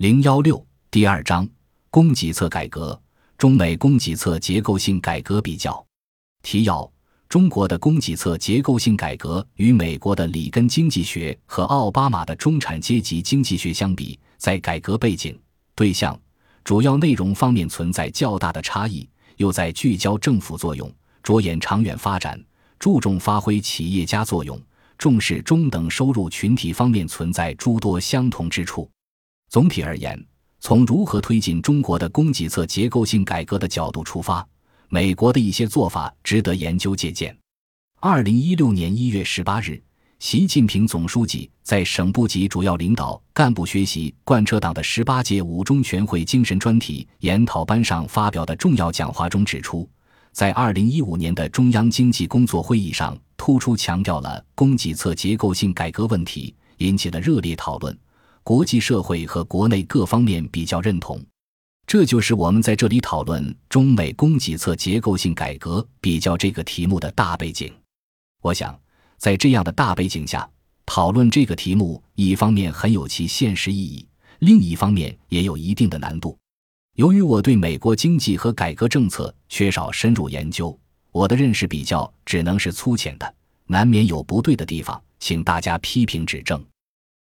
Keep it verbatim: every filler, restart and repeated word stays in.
零一六第二章供给侧改革，中美供给侧结构性改革比较。提要：中国的供给侧结构性改革与美国的里根经济学和奥巴马的中产阶级经济学相比，在改革背景、对象、主要内容方面存在较大的差异，又在聚焦政府作用、着眼长远发展、注重发挥企业家作用、重视中等收入群体方面存在诸多相同之处。总体而言，从如何推进中国的供给侧结构性改革的角度出发，美国的一些做法值得研究借鉴。二零一六年一月十八日，习近平总书记在省部级主要领导干部学习贯彻党的十八届五中全会精神专题研讨班上发表的重要讲话中指出，在二零一五年的中央经济工作会议上突出强调了供给侧结构性改革问题，引起了热烈讨论，国际社会和国内各方面比较认同。这就是我们在这里讨论中美供给侧结构性改革比较这个题目的大背景。我想，在这样的大背景下，讨论这个题目一方面很有其现实意义，另一方面也有一定的难度。由于我对美国经济和改革政策缺少深入研究，我的认识比较只能是粗浅的，难免有不对的地方，请大家批评指正。